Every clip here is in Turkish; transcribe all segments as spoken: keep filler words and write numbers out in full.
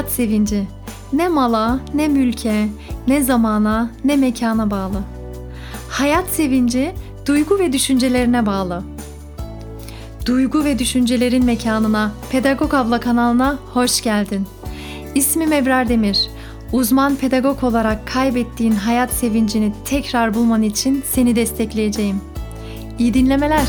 Hayat sevinci ne mala, ne mülke, ne zamana, ne mekana bağlı. Hayat sevinci duygu ve düşüncelerine bağlı. Duygu ve düşüncelerin mekanına, Pedagog Abla kanalına hoş geldin. İsmim Ebrar Demir. Uzman pedagog olarak kaybettiğin hayat sevincini tekrar bulman için seni destekleyeceğim. İyi dinlemeler.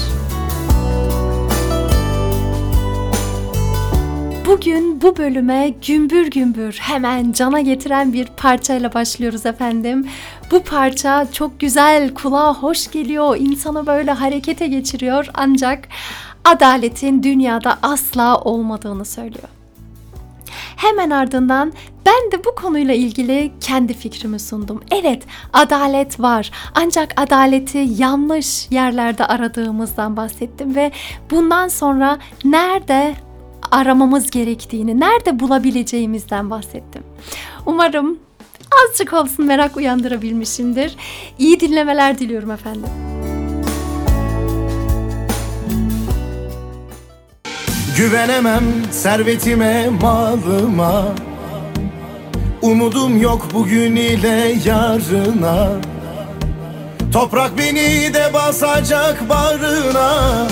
Bugün bu bölüme gümbür gümbür hemen cana getiren bir parçayla başlıyoruz efendim. Bu parça çok güzel, kulağa hoş geliyor, insanı böyle harekete geçiriyor ancak adaletin dünyada asla olmadığını söylüyor. Hemen ardından ben de bu konuyla ilgili kendi fikrimi sundum. Evet, adalet var ancak adaleti yanlış yerlerde aradığımızdan bahsettim ve bundan sonra nerede aramamız gerektiğini, nerede bulabileceğimizden bahsettim. Umarım azıcık olsun merak uyandırabilmişimdir. İyi dinlemeler diliyorum efendim. Güvenemem servetime, malıma. Umudum yok bugün ile yarına. Toprak beni de basacak bağrına.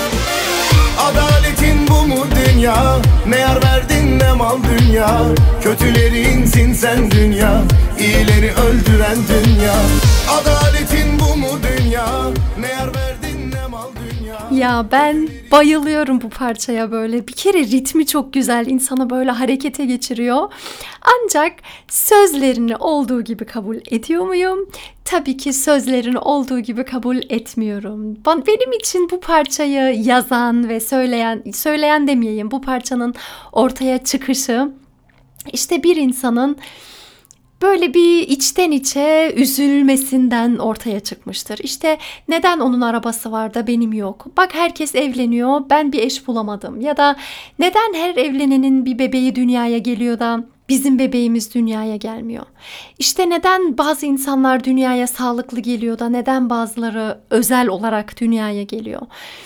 Adaletin bu mu dünya? Ne yar verdin ne mal dünya. Kötülerinsin sen dünya, iyileri öldüren dünya. Adaletin bu mu dünya? Ne yar verdin ne mal dünya. Ya ben bayılıyorum bu parçaya böyle. Bir kere ritmi çok güzel, insanı böyle harekete geçiriyor. Ancak sözlerini olduğu gibi kabul ediyor muyum? Tabii ki sözlerini olduğu gibi kabul etmiyorum. Benim için bu parçayı yazan ve söyleyen, söyleyen demeyeyim, bu parçanın ortaya çıkışı işte bir insanın böyle bir içten içe üzülmesinden ortaya çıkmıştır. İşte neden onun arabası var da benim yok? Bak herkes evleniyor, ben bir eş bulamadım. Ya da neden her evlenenin bir bebeği dünyaya geliyor da bizim bebeğimiz dünyaya gelmiyor? İşte neden bazı insanlar dünyaya sağlıklı geliyor da neden bazıları özel olarak dünyaya geliyor?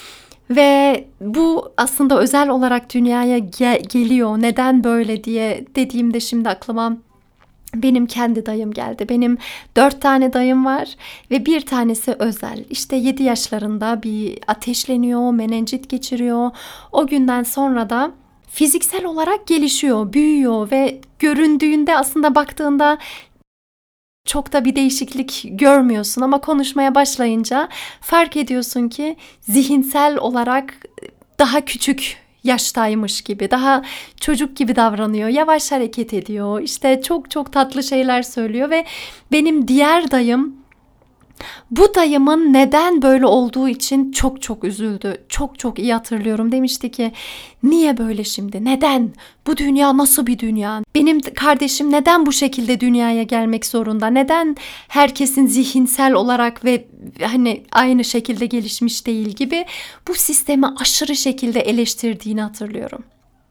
Ve bu aslında özel olarak dünyaya ge- geliyor. Neden böyle diye dediğimde şimdi aklıma benim kendi dayım geldi. Benim dört tane dayım var ve bir tanesi özel. İşte yedi yaşlarında bir ateşleniyor, menenjit geçiriyor. O günden sonra da fiziksel olarak gelişiyor, büyüyor ve göründüğünde aslında baktığında çok da bir değişiklik görmüyorsun ama konuşmaya başlayınca fark ediyorsun ki zihinsel olarak daha küçük yaştaymış gibi, daha çocuk gibi davranıyor, yavaş hareket ediyor, işte çok çok tatlı şeyler söylüyor ve benim diğer dayım bu dayımın neden böyle olduğu için çok çok üzüldü. Çok çok iyi hatırlıyorum. Demişti ki niye böyle şimdi? Neden? Bu dünya nasıl bir dünya? Benim kardeşim neden bu şekilde dünyaya gelmek zorunda? Neden herkesin zihinsel olarak ve hani aynı şekilde gelişmiş değil gibi bu sistemi aşırı şekilde eleştirdiğini hatırlıyorum.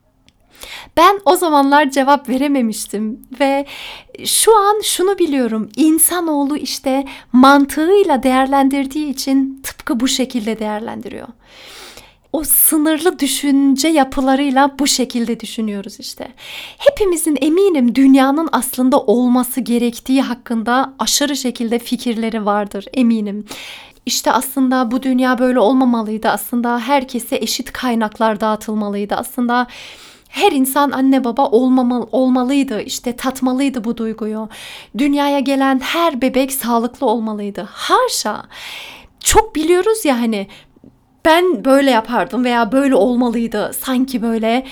Ben o zamanlar cevap verememiştim ve şu an şunu biliyorum. İnsanoğlu işte mantığıyla değerlendirdiği için tıpkı bu şekilde değerlendiriyor. O sınırlı düşünce yapılarıyla bu şekilde düşünüyoruz işte. Hepimizin eminim dünyanın aslında olması gerektiği hakkında aşırı şekilde fikirleri vardır, eminim. İşte aslında bu dünya böyle olmamalıydı. Aslında herkese eşit kaynaklar dağıtılmalıydı. Aslında her insan anne baba olmamalı, olmalıydı, işte tatmalıydı bu duyguyu. Dünyaya gelen her bebek sağlıklı olmalıydı. Haşa, çok biliyoruz ya hani ben böyle yapardım veya böyle olmalıydı. Sanki böyle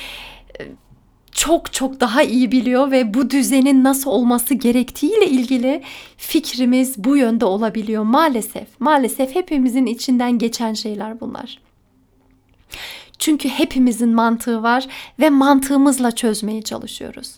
çok çok daha iyi biliyor ve bu düzenin nasıl olması gerektiğiyle ilgili fikrimiz bu yönde olabiliyor maalesef. Maalesef hepimizin içinden geçen şeyler bunlar. Çünkü hepimizin mantığı var ve mantığımızla çözmeye çalışıyoruz.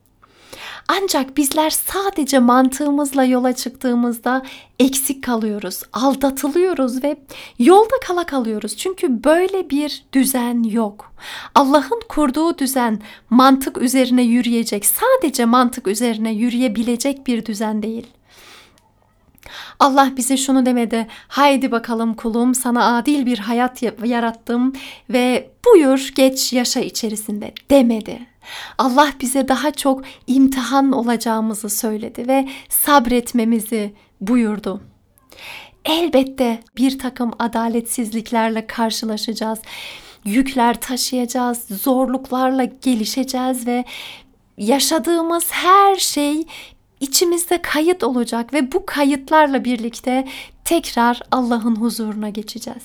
Ancak bizler sadece mantığımızla yola çıktığımızda eksik kalıyoruz, aldatılıyoruz ve yolda kala kalıyoruz. Çünkü böyle bir düzen yok. Allah'ın kurduğu düzen mantık üzerine yürüyecek, sadece mantık üzerine yürüyebilecek bir düzen değil. Allah bize şunu demedi: haydi bakalım kulum, sana adil bir hayat yarattım ve buyur geç yaşa içerisinde demedi. Allah bize daha çok imtihan olacağımızı söyledi ve sabretmemizi buyurdu. Elbette bir takım adaletsizliklerle karşılaşacağız. Yükler taşıyacağız, zorluklarla gelişeceğiz ve yaşadığımız her şey içimizde kayıt olacak ve bu kayıtlarla birlikte tekrar Allah'ın huzuruna geçeceğiz.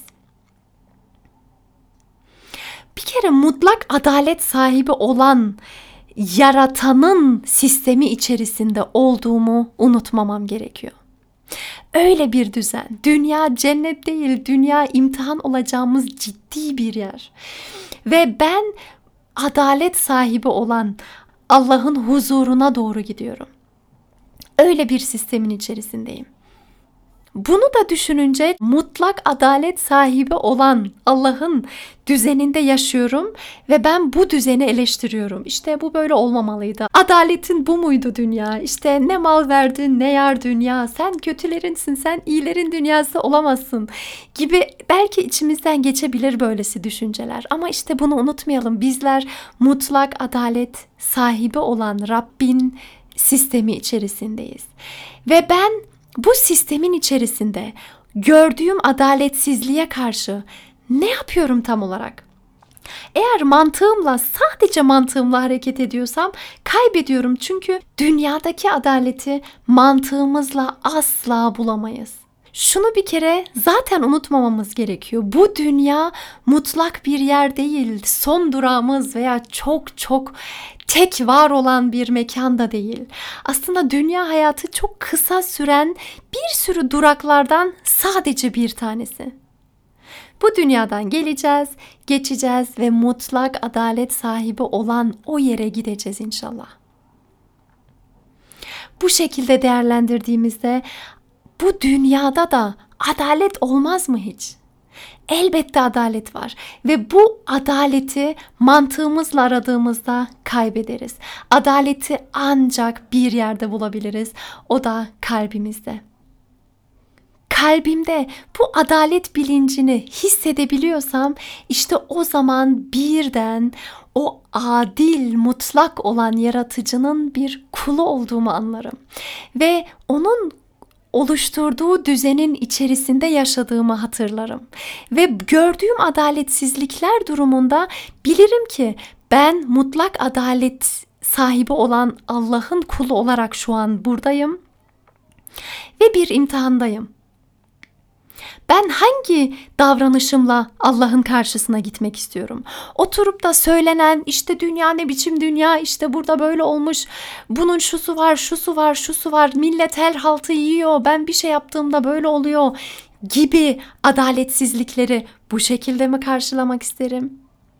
Bir kere mutlak adalet sahibi olan yaratanın sistemi içerisinde olduğumu unutmamam gerekiyor. Öyle bir düzen, dünya cennet değil, dünya imtihan olacağımız ciddi bir yer. Ve ben adalet sahibi olan Allah'ın huzuruna doğru gidiyorum. Öyle bir sistemin içerisindeyim. Bunu da düşününce mutlak adalet sahibi olan Allah'ın düzeninde yaşıyorum ve ben bu düzeni eleştiriyorum. İşte bu böyle olmamalıydı. Adaletin bu muydu dünya? İşte ne mal verdin, ne yar dünya. Sen kötülerinsin, sen iyilerin dünyası olamazsın gibi belki içimizden geçebilir böylesi düşünceler. Ama işte bunu unutmayalım. Bizler mutlak adalet sahibi olan Rabbin sistemi içerisindeyiz. Ve ben bu sistemin içerisinde gördüğüm adaletsizliğe karşı ne yapıyorum tam olarak? Eğer mantığımla, sadece mantığımla hareket ediyorsam kaybediyorum. Çünkü dünyadaki adaleti mantığımızla asla bulamayız. Şunu bir kere zaten unutmamamız gerekiyor. Bu dünya mutlak bir yer değil. Son durağımız veya çok çok tek var olan bir mekan da değil. Aslında dünya hayatı çok kısa süren bir sürü duraklardan sadece bir tanesi. Bu dünyadan geleceğiz, geçeceğiz ve mutlak adalet sahibi olan o yere gideceğiz inşallah. Bu şekilde değerlendirdiğimizde bu dünyada da adalet olmaz mı hiç? Elbette adalet var ve bu adaleti mantığımızla aradığımızda kaybederiz. Adaleti ancak bir yerde bulabiliriz, o da kalbimizde. Kalbimde bu adalet bilincini hissedebiliyorsam işte o zaman birden o adil, mutlak olan yaratıcının bir kulu olduğumu anlarım ve onun oluşturduğu düzenin içerisinde yaşadığımı hatırlarım. Ve gördüğüm adaletsizlikler durumunda bilirim ki ben mutlak adalet sahibi olan Allah'ın kulu olarak şu an buradayım ve bir imtihandayım. Ben hangi davranışımla Allah'ın karşısına gitmek istiyorum? Oturup da söylenen işte dünya ne biçim dünya, işte burada böyle olmuş, bunun şusu var, şusu var, şusu var, millet her haltı yiyor, ben bir şey yaptığımda böyle oluyor gibi adaletsizlikleri bu şekilde mi karşılamak isterim?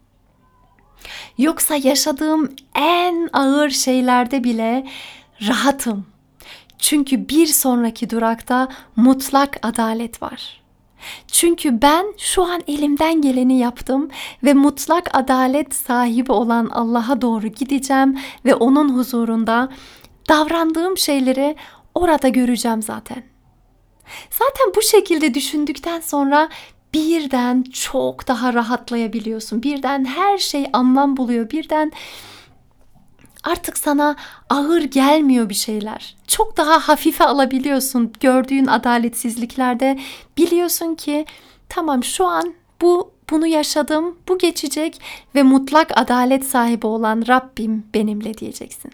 Yoksa yaşadığım en ağır şeylerde bile rahatım. Çünkü bir sonraki durakta mutlak adalet var. Çünkü ben şu an elimden geleni yaptım ve mutlak adalet sahibi olan Allah'a doğru gideceğim ve onun huzurunda davrandığım şeyleri orada göreceğim zaten. Zaten bu şekilde düşündükten sonra birden çok daha rahatlayabiliyorsun. Birden her şey anlam buluyor. Birden artık sana ağır gelmiyor bir şeyler. Çok daha hafife alabiliyorsun gördüğün adaletsizliklerde. Biliyorsun ki tamam, şu an bu bunu yaşadım, bu geçecek ve mutlak adalet sahibi olan Rabbim benimle diyeceksin.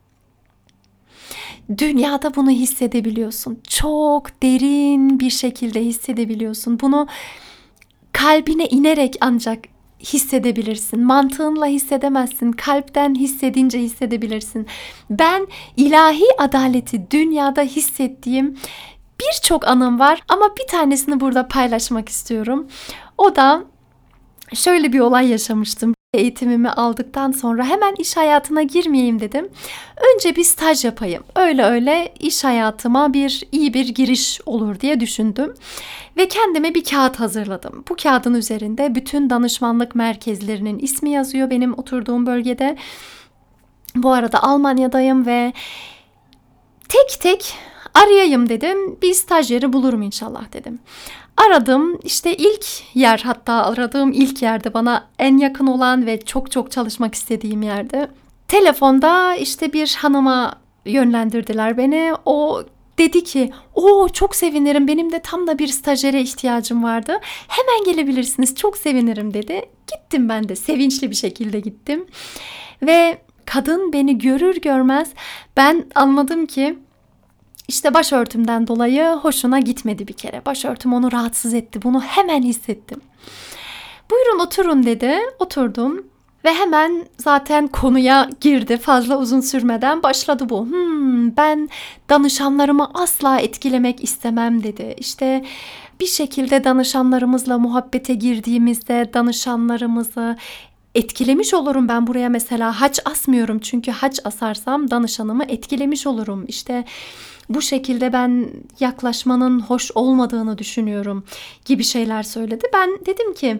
Dünyada bunu hissedebiliyorsun. Çok derin bir şekilde hissedebiliyorsun. Bunu kalbine inerek ancak hissedebilirsin. Mantığınla hissedemezsin. Kalpten hissedince hissedebilirsin. Ben ilahi adaleti dünyada hissettiğim birçok anım var ama bir tanesini burada paylaşmak istiyorum. O da şöyle bir olay yaşamıştım. Eğitimimi aldıktan sonra hemen iş hayatına girmeyeyim dedim. Önce bir staj yapayım. Öyle öyle iş hayatıma bir iyi bir giriş olur diye düşündüm. Ve kendime bir kağıt hazırladım. Bu kağıdın üzerinde bütün danışmanlık merkezlerinin ismi yazıyor benim oturduğum bölgede. Bu arada Almanya'dayım ve tek tek Arayayım dedim. Bir stajyeri bulurum inşallah dedim. Aradım. İşte ilk yer, hatta aradığım ilk yerde bana en yakın olan ve çok çok çalışmak istediğim yerde. Telefonda işte bir hanıma yönlendirdiler beni. O dedi ki, "Oo, çok sevinirim. Benim de tam da bir stajyere ihtiyacım vardı. Hemen gelebilirsiniz. Çok sevinirim," dedi. Gittim, ben de sevinçli bir şekilde gittim. Ve kadın beni görür görmez ben anladım ki İşte başörtümden dolayı hoşuna gitmedi bir kere. Başörtüm onu rahatsız etti. Bunu hemen hissettim. "Buyurun oturun," dedi. Oturdum ve hemen zaten konuya girdi. Fazla uzun sürmeden başladı bu. Hmm, ben danışanlarımı asla etkilemek istemem," dedi. İşte bir şekilde danışanlarımızla muhabbete girdiğimizde danışanlarımızı etkilemiş olurum. Ben buraya mesela haç asmıyorum. Çünkü haç asarsam danışanımı etkilemiş olurum. İşte bu şekilde ben yaklaşmanın hoş olmadığını düşünüyorum gibi şeyler söyledi. Ben dedim ki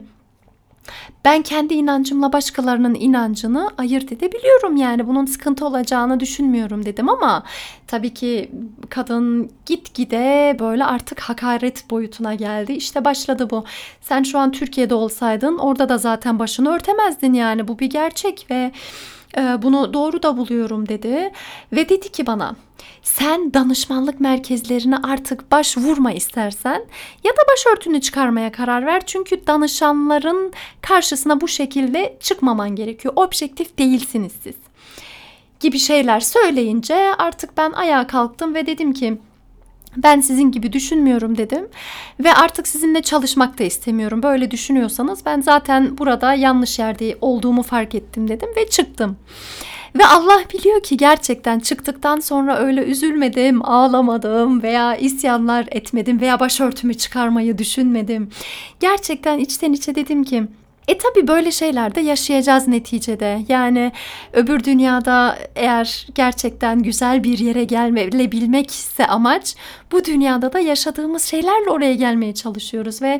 ben kendi inancımla başkalarının inancını ayırt edebiliyorum. Yani bunun sıkıntı olacağını düşünmüyorum dedim ama tabii ki kadın gitgide böyle artık hakaret boyutuna geldi. İşte başladı bu. "Sen şu an Türkiye'de olsaydın orada da zaten başını örtemezdin, yani bu bir gerçek ve e, bunu doğru da buluyorum," dedi. Ve dedi ki bana, "Sen danışmanlık merkezlerine artık başvurma istersen ya da başörtünü çıkarmaya karar ver. Çünkü danışanların karşısına bu şekilde çıkmaman gerekiyor. Objektif değilsiniz siz," gibi şeyler söyleyince artık ben ayağa kalktım ve dedim ki ben sizin gibi düşünmüyorum dedim. Ve artık sizinle çalışmak da istemiyorum. Böyle düşünüyorsanız ben zaten burada yanlış yerde olduğumu fark ettim dedim ve çıktım. Ve Allah biliyor ki gerçekten çıktıktan sonra öyle üzülmedim, ağlamadım veya isyanlar etmedim veya başörtümü çıkarmayı düşünmedim. Gerçekten içten içe dedim ki E tabii böyle şeyler de yaşayacağız neticede. Yani öbür dünyada eğer gerçekten güzel bir yere gelmebilmekse amaç, bu dünyada da yaşadığımız şeylerle oraya gelmeye çalışıyoruz ve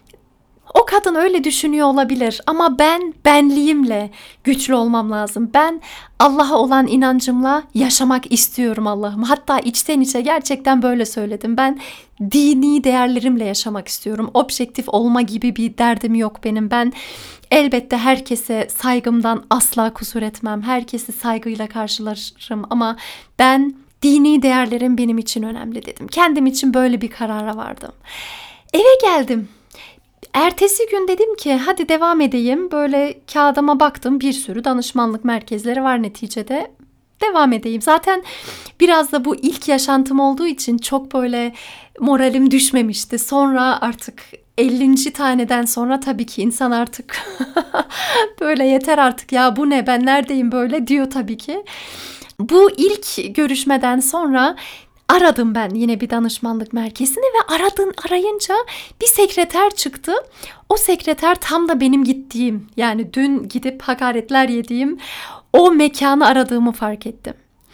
o kadın öyle düşünüyor olabilir ama ben benliğimle güçlü olmam lazım. Ben Allah'a olan inancımla yaşamak istiyorum Allah'ım. Hatta içten içe gerçekten böyle söyledim. Ben dini değerlerimle yaşamak istiyorum. Objektif olma gibi bir derdim yok benim. Ben elbette herkese saygımdan asla kusur etmem. Herkesi saygıyla karşılarım ama ben dini değerlerim benim için önemli dedim. Kendim için böyle bir karara vardım. Eve geldim. Ertesi gün dedim ki hadi devam edeyim. Böyle kağıdıma baktım, bir sürü danışmanlık merkezleri var neticede. Devam edeyim. Zaten biraz da bu ilk yaşantım olduğu için çok böyle moralim düşmemişti. Sonra artık ellinci taneden sonra tabii ki insan artık böyle yeter artık ya, bu ne, ben neredeyim böyle diyor tabii ki. Bu ilk görüşmeden sonra aradım ben yine bir danışmanlık merkezini ve aradın arayınca bir sekreter çıktı. O sekreter tam da benim gittiğim, yani dün gidip hakaretler yediğim o mekanı aradığımı fark ettim.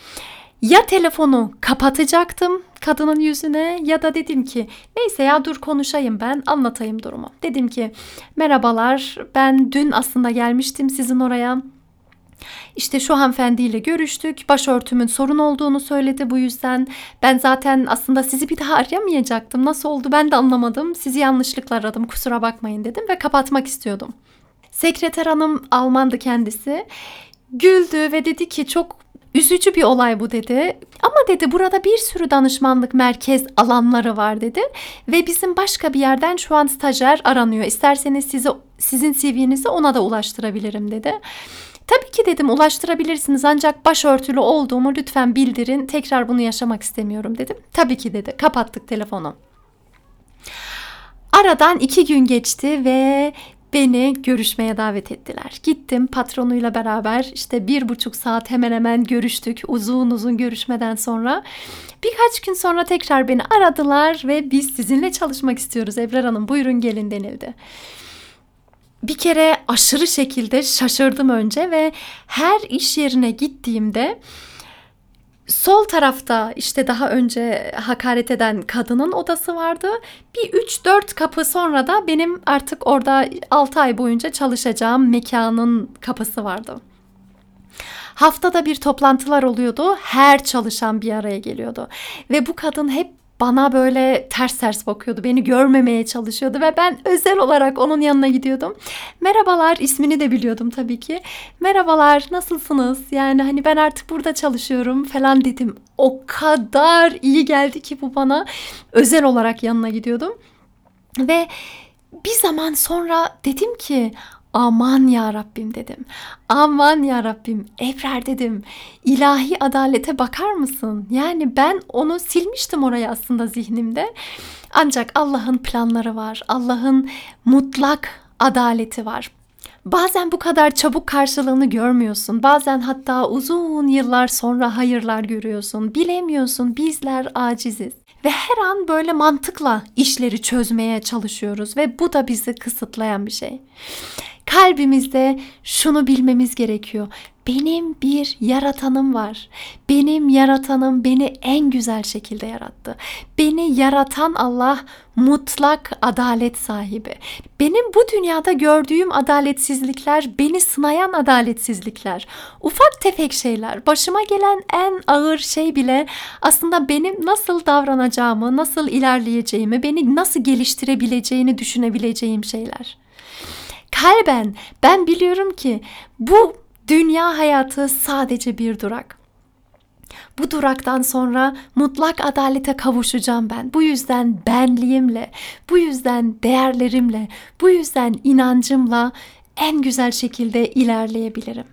Ya telefonu kapatacaktım kadının yüzüne ya da dedim ki neyse ya dur konuşayım, ben anlatayım durumu. Dedim ki merhabalar, ben dün aslında gelmiştim sizin oraya. İşte şu hanımefendiyle görüştük. Başörtümün sorun olduğunu söyledi. Bu yüzden ben zaten aslında sizi bir daha arayamayacaktım. Nasıl oldu ben de anlamadım. Sizi yanlışlıkla aradım. Kusura bakmayın dedim ve kapatmak istiyordum. Sekreter hanım Almandı kendisi. Güldü ve dedi ki çok üzücü bir olay bu dedi. Ama dedi burada bir sürü danışmanlık merkez alanları var dedi. Ve bizim başka bir yerden şu an stajyer aranıyor. İsterseniz size, sizin C V'nizi ona da ulaştırabilirim dedi. Tabii ki dedim, ulaştırabilirsiniz ancak başörtülü olduğumu lütfen bildirin. Tekrar bunu yaşamak istemiyorum dedim. Tabii ki dedi. Kapattık telefonu. Aradan iki gün geçti ve beni görüşmeye davet ettiler. Gittim patronuyla beraber işte bir buçuk saat hemen hemen görüştük. Uzun uzun görüşmeden sonra birkaç gün sonra tekrar beni aradılar ve biz sizinle çalışmak istiyoruz Ebrar Hanım, buyurun gelin denildi. Bir kere aşırı şekilde şaşırdım önce ve her iş yerine gittiğimde sol tarafta işte daha önce hakaret eden kadının odası vardı. Bir üç dört kapı sonra da benim artık orada altı ay boyunca çalışacağım mekanın kapısı vardı. Haftada bir toplantılar oluyordu. Her çalışan bir araya geliyordu. Ve bu kadın hep bana böyle ters ters bakıyordu. Beni görmemeye çalışıyordu ve ben özel olarak onun yanına gidiyordum. Merhabalar, ismini de biliyordum tabii ki. Merhabalar, nasılsınız? Yani hani ben artık burada çalışıyorum falan dedim. O kadar iyi geldi ki bu bana. Özel olarak yanına gidiyordum. Ve bir zaman sonra dedim ki aman ya Rabbim dedim. Aman ya Rabbim, Ebrar dedim. İlahi adalete bakar mısın? Yani ben onu silmiştim oraya aslında zihnimde. Ancak Allah'ın planları var. Allah'ın mutlak adaleti var. Bazen bu kadar çabuk karşılığını görmüyorsun. Bazen hatta uzun yıllar sonra hayırlar görüyorsun. Bilemiyorsun, bizler aciziz. Ve her an böyle mantıkla işleri çözmeye çalışıyoruz ve bu da bizi kısıtlayan bir şey. Kalbimizde şunu bilmemiz gerekiyor. Benim bir yaratanım var. Benim yaratanım beni en güzel şekilde yarattı. Beni yaratan Allah mutlak adalet sahibi. Benim bu dünyada gördüğüm adaletsizlikler, beni sınayan adaletsizlikler, ufak tefek şeyler, başıma gelen en ağır şey bile aslında benim nasıl davranacağımı, nasıl ilerleyeceğimi, beni nasıl geliştirebileceğini düşünebileceğim şeyler. Kalben ben biliyorum ki bu dünya hayatı sadece bir durak. Bu duraktan sonra mutlak adalete kavuşacağım ben. Bu yüzden benliğimle, bu yüzden değerlerimle, bu yüzden inancımla en güzel şekilde ilerleyebilirim.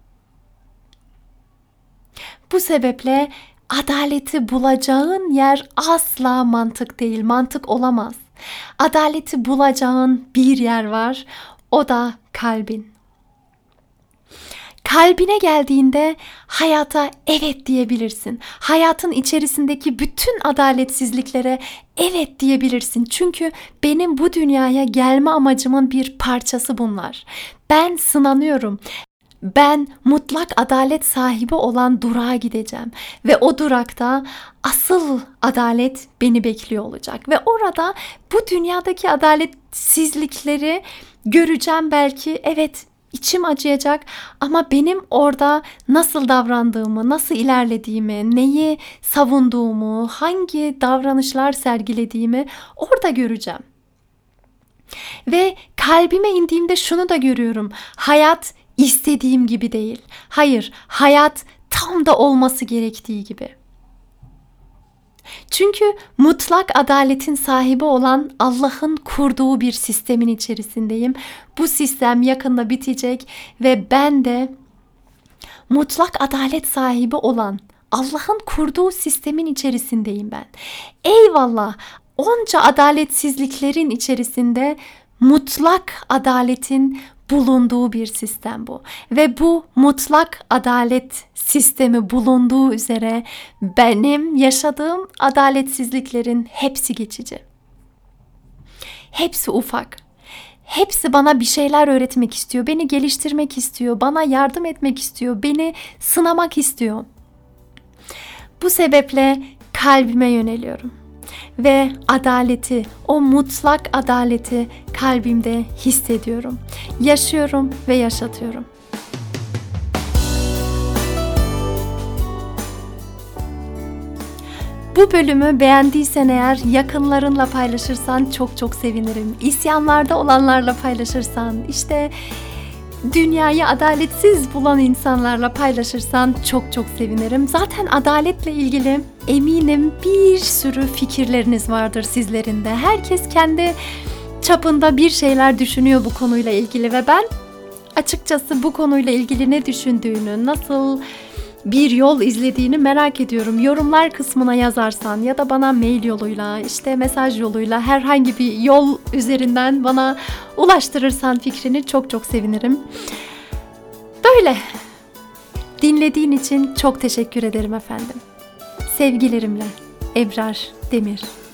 Bu sebeple adaleti bulacağın yer asla mantık değil, mantık olamaz. Adaleti bulacağın bir yer var, o da kalbin. Kalbine geldiğinde hayata evet diyebilirsin. Hayatın içerisindeki bütün adaletsizliklere evet diyebilirsin. Çünkü benim bu dünyaya gelme amacımın bir parçası bunlar. Ben sınanıyorum. Ben mutlak adalet sahibi olan durağa gideceğim ve o durakta asıl adalet beni bekliyor olacak ve orada bu dünyadaki adaletsizlikleri göreceğim belki. Evet, içim acıyacak ama benim orada nasıl davrandığımı, nasıl ilerlediğimi, neyi savunduğumu, hangi davranışlar sergilediğimi orada göreceğim. Ve kalbime indiğimde şunu da görüyorum. Hayat istediğim gibi değil. Hayır, hayat tam da olması gerektiği gibi. Çünkü mutlak adaletin sahibi olan Allah'ın kurduğu bir sistemin içerisindeyim. Bu sistem yakında bitecek ve ben de mutlak adalet sahibi olan Allah'ın kurduğu sistemin içerisindeyim ben. Eyvallah, onca adaletsizliklerin içerisinde mutlak adaletin bulunduğu bir sistem bu. Ve bu mutlak adalet sistemi bulunduğu üzere benim yaşadığım adaletsizliklerin hepsi geçici. Hepsi ufak. Hepsi bana bir şeyler öğretmek istiyor, beni geliştirmek istiyor, bana yardım etmek istiyor, beni sınamak istiyor. Bu sebeple kalbime yöneliyorum. Ve adaleti, o mutlak adaleti kalbimde hissediyorum. Yaşıyorum ve yaşatıyorum. Bu bölümü beğendiysen eğer yakınlarınla paylaşırsan çok çok sevinirim. İsyanlarda olanlarla paylaşırsan, işte dünyayı adaletsiz bulan insanlarla paylaşırsan çok çok sevinirim. Zaten adaletle ilgili eminim bir sürü fikirleriniz vardır sizlerin de. Herkes kendi çapında bir şeyler düşünüyor bu konuyla ilgili ve ben açıkçası bu konuyla ilgili ne düşündüğünü, nasıl bir yol izlediğini merak ediyorum. Yorumlar kısmına yazarsan ya da bana mail yoluyla, işte mesaj yoluyla herhangi bir yol üzerinden bana ulaştırırsan fikrini çok çok sevinirim. Böyle. Dinlediğin için çok teşekkür ederim efendim. Sevgilerimle Ebrar Demir.